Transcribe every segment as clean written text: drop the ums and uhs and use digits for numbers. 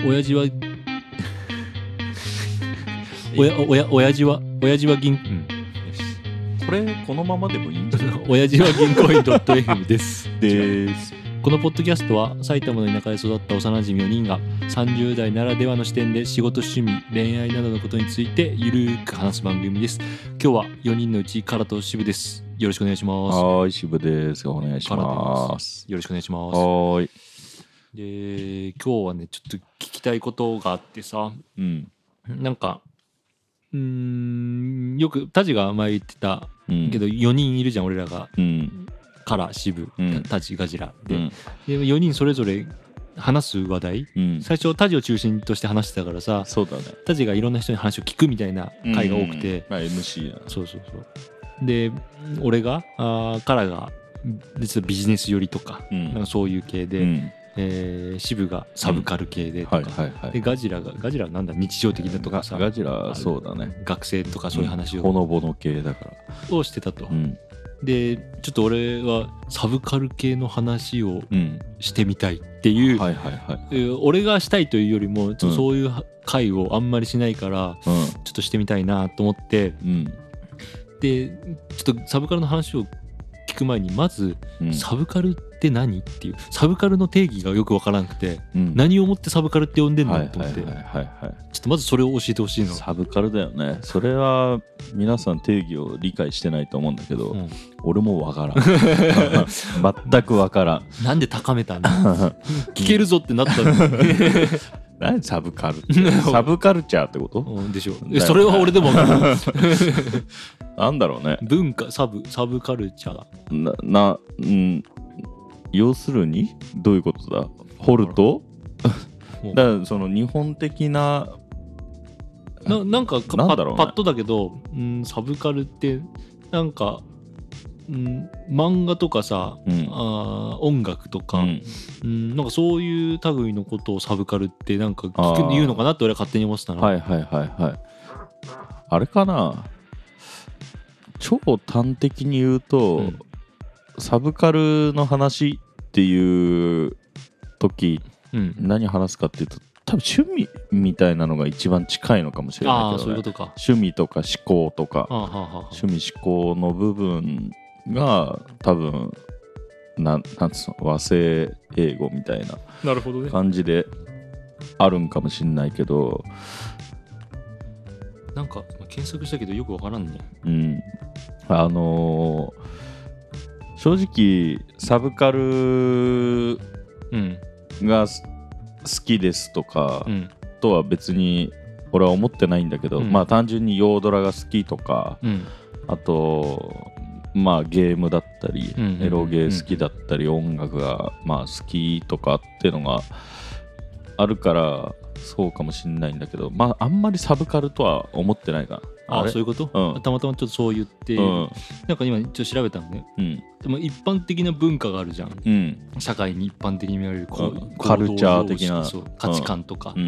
親父は親父は銀、 このままでもいいんじゃない親父は銀行員 .fm ですこのポッドキャストは埼玉の田舎で育った幼馴染4人が30代ならではの視点で仕事、趣味、恋愛などのことについてゆるーく話す番組です。今日は4人のうちカラと渋です。よろしくお願いします。 はい、渋です。お願いします。 よろしくお願いします。 はい。 で、今日はねちょっと聞きたいことがあってさ、なんかよくタジが前言ってたけど、4人いるじゃん俺らが、カラ、渋、タジ、ガジラで、で4人それぞれ話す話題、最初タジを中心として話してたからさ、 そうだね、 タジがいろんな人に話を聞くみたいな回が多くて、 MC そうで俺がカラが実はビジネス寄りとか、なんかそういう系で、渋がサブカル系でとか、でガジラはなんだ日常的だとかさ、 ガジラそうだね、 学生とかそういう話を、 ほのぼの系だからをしてたと、でちょっと俺はサブカル系の話をしてみたいっていう、俺がしたいというよりもちょっとそういう会をあんまりしないから、ちょっとしてみたいなと思って、でちょっとサブカルの話を聞く前にまず、サブカルって何っていうサブカルの定義がよくわからなくて、何をもってサブカルって呼んでんのと思って、ちょっとまずそれを教えてほしいの。 サブカルだよね。それは皆さん定義を理解してないと思うんだけど、俺もわからん全くわからん。 なんで高めたの聞けるぞってなったの何サブカルってサブカルチャーってこと、 でしょ。それは俺でも分かるなんだろうね、 文化サブカルチャー要するにどういうことだ。掘るとだからその日本的ななんかパッとだけど、サブカルってなんか、漫画とかさ、音楽とか、なんかそういう類のことをサブカルってなんか言うのかなって俺は勝手に思ってたの。 あれかな、超端的に言うと、サブカルの話っていう時、何話すかっていうと多分趣味みたいなのが一番近いのかもしれないけど、ね、 そういうことか。 趣味とか思考とか、趣味思考の部分が多分なんつうの和製英語みたいな感じであるんかもしれないけど、 なんか検索したけどよくわからんね。 正直サブカルが好きですとかとは別に俺は思ってないんだけど、まあ単純に洋ドラが好きとか、あとまあゲームだったり、エロゲー好きだったり、音楽がまあ好きとかっていうのがあるからそうかもしれないんだけど、まああんまりサブカルとは思ってないかな。 そういうこと、たまたまちょっとそう言って、なんか今ちょっと調べたのね、でも一般的な文化があるじゃん、社会に一般的に見られるカルチャー的な価値観とか、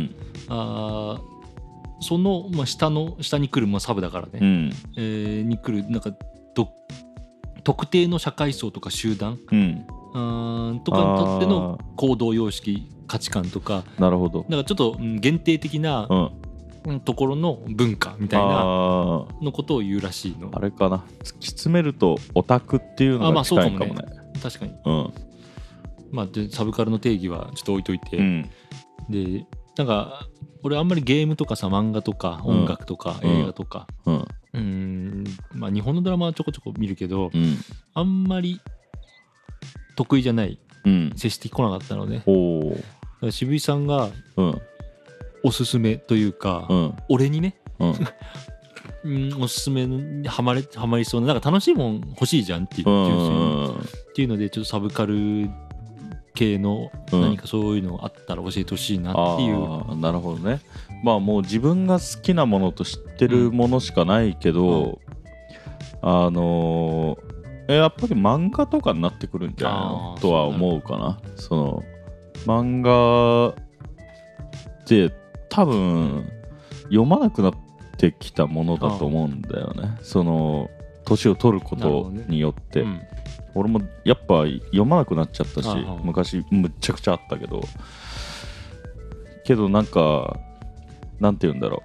その、下に来る、サブだからね、に来るなんか特定の社会層とか集団、とかにとっての行動様式、価値観とか、 なるほど、 だからちょっと限定的な、ところの文化みたいなのことを言うらしいの。 あれかな、突き詰めるとオタクっていうのが近いかもね。 確かに、でサブカルの定義はちょっと置いといて、でなんか俺あんまりゲームとかさ、漫画とか音楽とか映画とか、日本のドラマはちょこちょこ見るけど、あんまり得意じゃない、接してこなかったのね。だから渋井さんが、おすすめというか、俺にね、おすすめにハマりそうな、なんか楽しいもん欲しいじゃんっていうので、ちょっとサブカル系の何かそういうのあったら教えてほしいなっていう。 なるほどね。まあもう自分が好きなものと知ってるものしかないけど、やっぱり漫画とかになってくるんじゃないのとは思うかな。その漫画って多分読まなくなってきたものだと思うんだよね。その年を取ることによって、俺もやっぱ読まなくなっちゃったし、昔むっちゃくちゃあったけど、 けどなんかなんて言うんだろ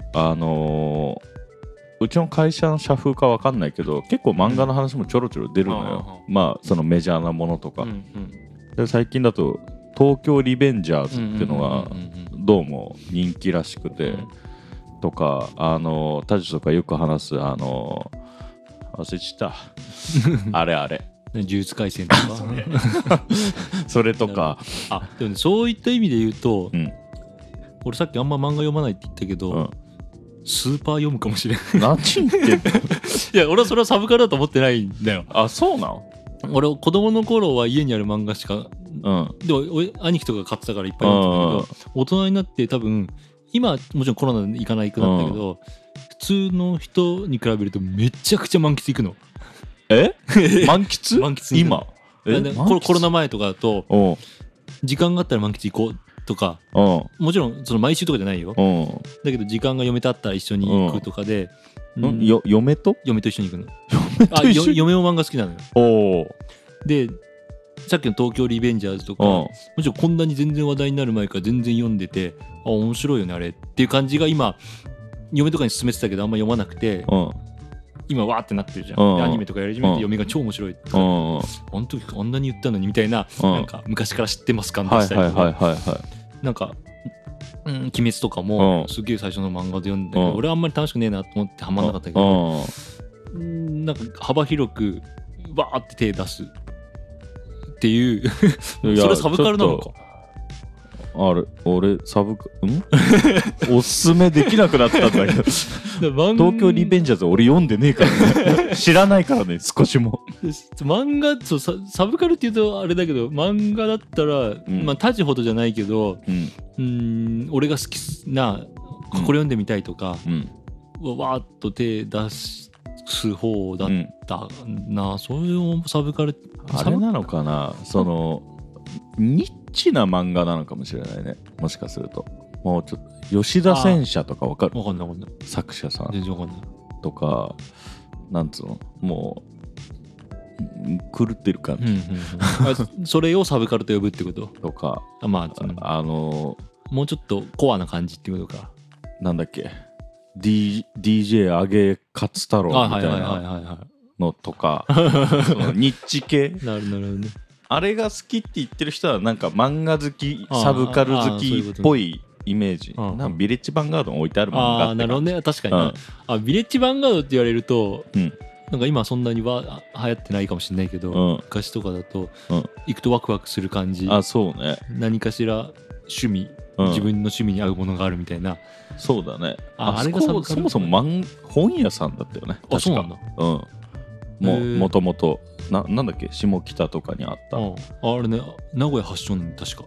う、うちの会社の社風か分かんないけど結構漫画の話もちょろちょろ出るのよ、まあそのメジャーなものとか、で最近だと東京リベンジャーズっていうのがどうも人気らしくて、とかタジとかよく話す忘れちゃったあれ呪術廻戦とかそれとかでもね、そういった意味で言うと、俺さっきあんま漫画読まないって言ったけど、スーパー読むかもしれない何言ってんのいや俺はそれはサブカルだと思ってないんだよ。 あ、そうなの？ 俺子供の頃は家にある漫画しか、でも兄貴とか買ってたからいっぱい読んでたけど、大人になって多分今もちろんコロナで行かないくなったけど、普通の人に比べるとめちゃくちゃ満喫行くの。 満喫？ 満喫今コロナ前とかだと時間があったら満喫行こうとか、もちろんその毎週とかじゃないよ、だけど時間が嫁とあったら一緒に行くとかで、 嫁と一緒に行くの。嫁も漫画好きなのよ。でさっきの東京リベンジャーズとか、もちろんこんなに全然話題になる前から全然読んでて、面白いよねあれっていう感じが今嫁とかに勧めてたけどあんま読まなくて、今わーってなってるじゃん。アニメとかやり始めて嫁が超面白いって、あの時あんなに言ったのにみたいな、なんか昔から知ってます感出したりとか、なんか鬼滅とかもすげえ最初の漫画で読んだけど、俺はあんまり楽しくねえなと思ってハマんなかったけど、なんか幅広くわーって手出すっていうそれはサブカルなのか。 俺サブカおすすめできなくなったんだけど東京リベンジャーズ俺読んでねえからね知らないからね少しも。 漫画サブカルっていうとあれだけど、漫画だったら、まあタジほどじゃないけど、俺が好きなこれ読んでみたいとか、わーっと手出す方だったな。そういうサブカルあれなのかな、そのニッチな漫画なのかもしれないね、もしかすると。もうちょっと吉田戦車とかわかる？ わかんない作者さん全然わかんないとか、なんつうの、もう狂ってる感じ、 それをサブカルと呼ぶってこととか、 まあもうちょっとコアな感じってことか。 なんだっけ、DJ 上げ勝太郎みたいなのとか、ニッチ系なるほどね。 あれが好きって言ってる人はなんか漫画好き、サブカル好きっぽいイメージ。なんかビレッジヴァンガードに置いてある漫画って。 なるほどね、確かに、ビレッジヴァンガードって言われると、なんか今そんなに流行ってないかもしれないけど、昔とかだと行くとワクワクする感じ。 そうね。 何かしら趣味、自分の趣味に合うものがあるみたいな。 そうだね。 あれがサブカル。 そもそも本屋さんだったよね。 そうなんだ。 もともとなんだっけ、下北とかにあった。 あれね、名古屋発祥なんだ確か。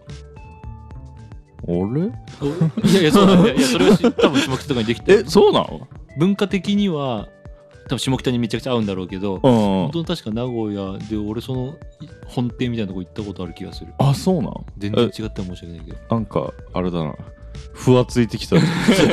いやそうなんだ。いやそれは多分下北とかにできて。 そうなの？ 文化的には多分下北にめちゃくちゃ合うんだろうけど、本当に確か名古屋で俺その本店みたいなとこ行ったことある気がする。 そうなの？ 全然違ったら申し訳ないけど。 なんかあれだな、ふわついてきた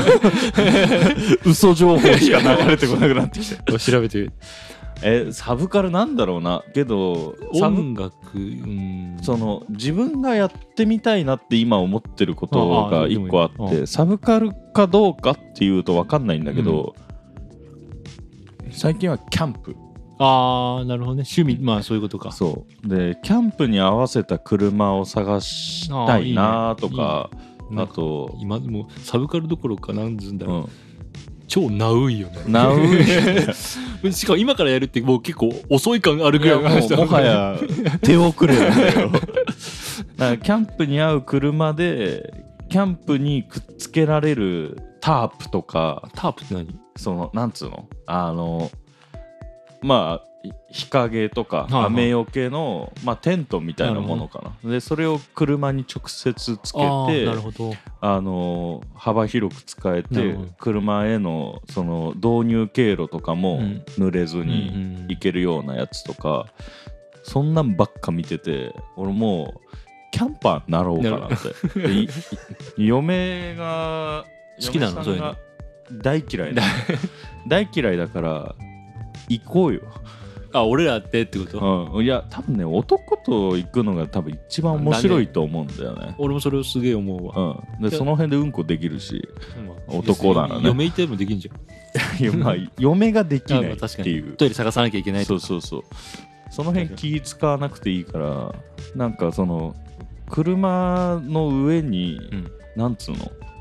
嘘情報しか流れてこなくなってきた調べて。 サブカルなんだろうな。けど音楽、 その自分がやってみたいなって今思ってることが一個あって、サブカルかどうかっていうと分かんないんだけど、最近はキャンプ。 なるほどね、趣味、まあそういうことか。 そうで、キャンプに合わせた車を探したいなとか、あと今もうサブカルどころかなんつうんだろう、超ナウいよね。 ナウいしかも今からやるってもう結構遅い感あるぐらいの話だ。 もはや手遅れなんだよ。だからキャンプに合う車でキャンプにくっつけられるタープとか。 タープって何？ そのなんつうの、まあ日陰とか雨よけの、テントみたいなものかな。でそれを車に直接つけて、 なるほど、 幅広く使えて、車へのその導入経路とかも濡れずに行けるようなやつとか、そんなんばっか見てて、俺もうキャンパーになろうかなって。嫁が好きなの？そういうの大嫌いだ大嫌いだから行こうよ。 あ、俺らってこと？ いや多分ね、男と行くのが多分一番面白いと思うんだよね。 俺もそれをすげえ思うわ。 でその辺でうんこできるし、男ならね。 嫁いてもできんじゃん。 いや、まあ嫁ができないっていう。 トイレ探さなきゃいけないとか。 そうその辺気使わなくていいから、なんかその車の上に、なんつう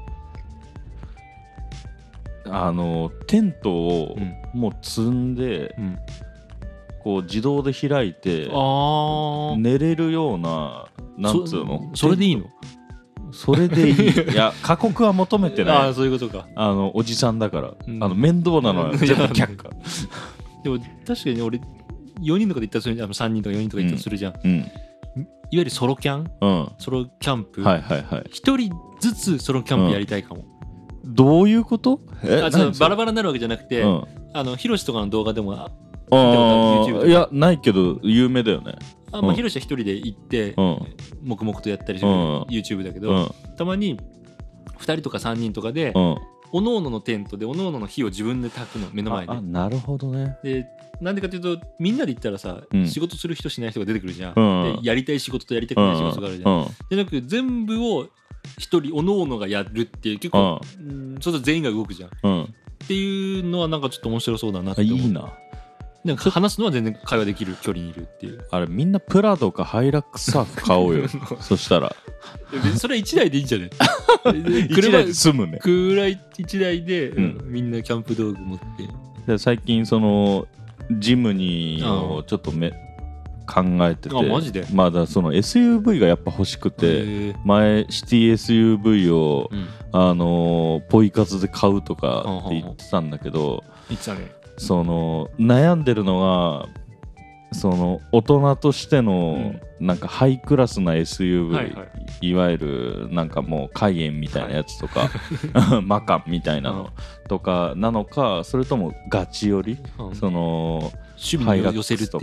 の、テントをもう積んで、こう自動で開いて寝れるような、なんつうの、 それでいいの？ それでいい。いや、過酷は求めてない。 あ、そういうことか。 おじさんだから、面倒なのは全部却下。 でも確かに俺4人とかで行ったらするじゃん。3人とか4人とか行ったらするじゃん。いわゆるソロキャン、ソロキャンプ、1人ずつソロキャンプやりたいかも。 どういうこと？ バラバラになるわけじなくて、ヒロシとかの動画でもいやないけど有名だよね。 ヒロシは一人で行って黙々とやったりする YouTube だけど、たまに2人とか3人とかでおのおののテントでおのおのの火を自分で焚くの、目の前で。 なるほどね。 でなんでかというと、みんなで行ったらさ、仕事する人しない人が出てくるじゃん。でやりたい仕事とやりたくない仕事があるじゃん。でなく全部を一人おのおのがやるっていう、結構そうすると全員が動くじゃん、っていうのはなんかちょっと面白そうだなって思う。 いいな。 なんか話すのは全然会話できる距離にいるっていう。 あれみんなプラドかハイラックスサーフ買おうよ。そしたらそれは1台でいいんじゃない 1台で済むね。 1台で、みんなキャンプ道具持って。 で最近そのジムニーをちょっと考えてて、 マジで？ まだその SUV がやっぱ欲しくて、前シティ SUV を、ポイ活で買うとかって言ってたんだけど、その悩んでるのは、その大人としてのなんかハイクラスな SUV、いわゆるなんかもうカイエンみたいなやつとか、マカンみたいなのとかなのか、それともガチ寄り、その趣味に寄せるっていう、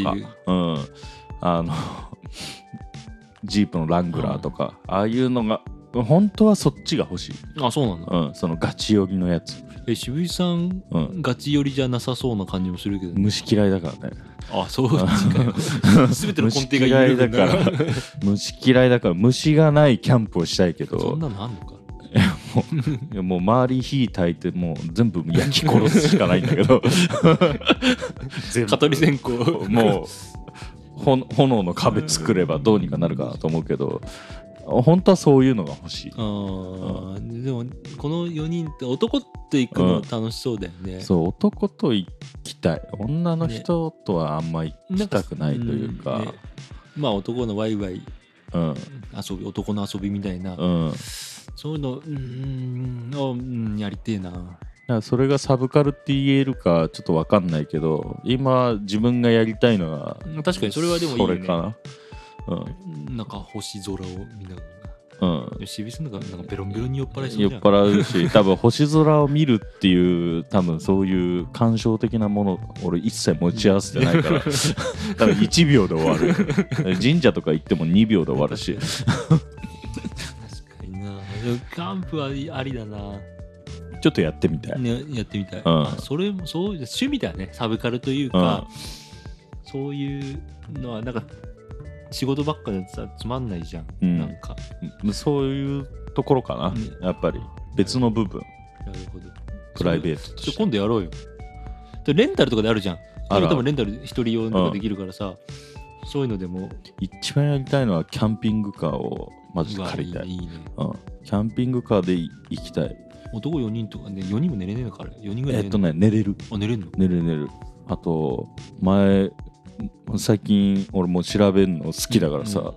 ジープのラングラーとか、ああいうのが本当はそっちが欲しい。 あ、そうなんだ。 そのガチ寄りのやつ。 渋井さん、ガチ寄りじゃなさそうな感じもするけど、ね、 虫嫌いだからね。 あ、そうですか。全ての根底が嫌いだから虫嫌いだから、虫がないキャンプをしたいけど、 そんなのあんのか。 もう周り火焚いてもう全部焼き殺すしかないんだけど蚊取り線香もう炎の壁作ればどうにかなるかなと思うけど、本当はそういうのが欲しい。でもこの4人って男と行くの楽しそうだよね。 そう、男と行きたい。女の人とはあんま行きたくないというか、 まあ男のワイワイ遊び、男の遊びみたいな、そういうのやりてえな。 それがサブカルって言えるかちょっと分かんないけど、今自分がやりたいのは確かにそれはでもいいよね。 それかな。 なんか星空を見ながら、渋井さんなんかベロンベロンに酔っ払いそうじゃん。 酔っ払うし、多分星空を見るっていう、多分そういう感傷的なもの俺一切持ち合わせてないから多分1秒で終わる神社とか行っても2秒で終わるし確かにな。キャンプはありだな。 ちょっとやってみたい、 ね、やってみたい、それもそう趣味だね。サブカルというか、そういうのはなんか仕事ばっかでさつまんないじゃん、なんかそういうところかな、やっぱり別の部分。 なるほど。 プライベートとして今度やろうよ。レンタルとかであるじゃん。多分レンタル一人用とかできるからさ、そういうのでも。 一番やりたいのはキャンピングカーをまず借りたい。 いいね。 キャンピングカーで行きたい。 男4人とかね、4人も寝れねえのか、あれ。4人ぐらい寝れる。 あ、寝れるの？ 寝る。あと最近俺も調べるの好きだからさ、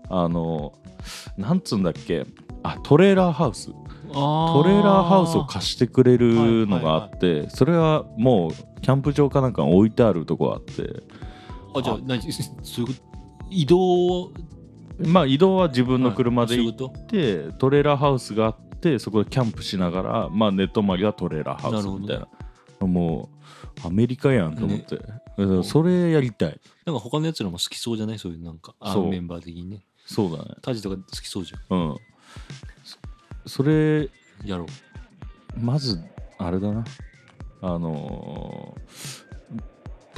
なんつうんだっけ、トレーラーハウスを貸してくれるのがあって、それはもうキャンプ場かなんか置いてあるとこがあって、 じゃあ移動移動は自分の車で行って、トレーラーハウスがあって、そこでキャンプしながら、寝泊まりはトレーラーハウスみたいな、もうアメリカやんと思って、それやりたい。 なんか他のやつらも好きそうじゃない？そういうなんかメンバー的にね。 そうだね。 タジとか好きそうじゃん。 それやろう。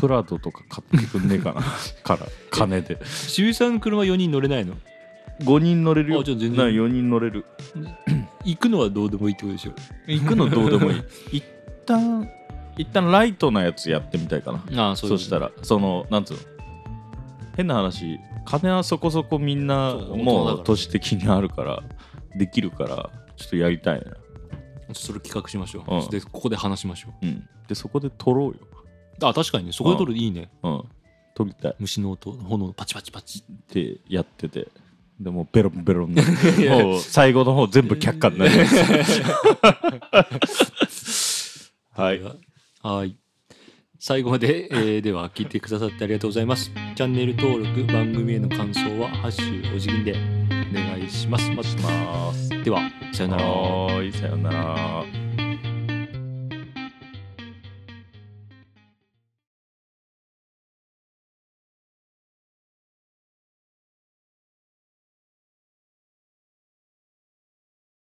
プラドとか買ってくんねえかなから金で。 渋井さんの車4人乗れないの ？5人乗れるよ。 じゃあ全然 4人乗れる。 行くのはどうでもいいってことでしょ。 行くのどうでもいい。一旦ライトなやつやってみたいかな。そしたらなんつうの、変な話、金はそこそこみんなもう都市的にあるからできるから、ちょっとやりたいな。 それ企画しましょう。でここで話しましょう。でそこで撮ろうよ。 確かにね、そこで撮るいいね。 撮りたい。 虫の音、炎のパチパチパチってやってて、でもベロンベロンもう最後の方全部却下になります。はい。 はい。最後まで、では聞いてくださってありがとうございます。チャンネル登録、番組への感想はハッシュおじぎんでお願いします。待ってます。では、さよなら。 さよなら。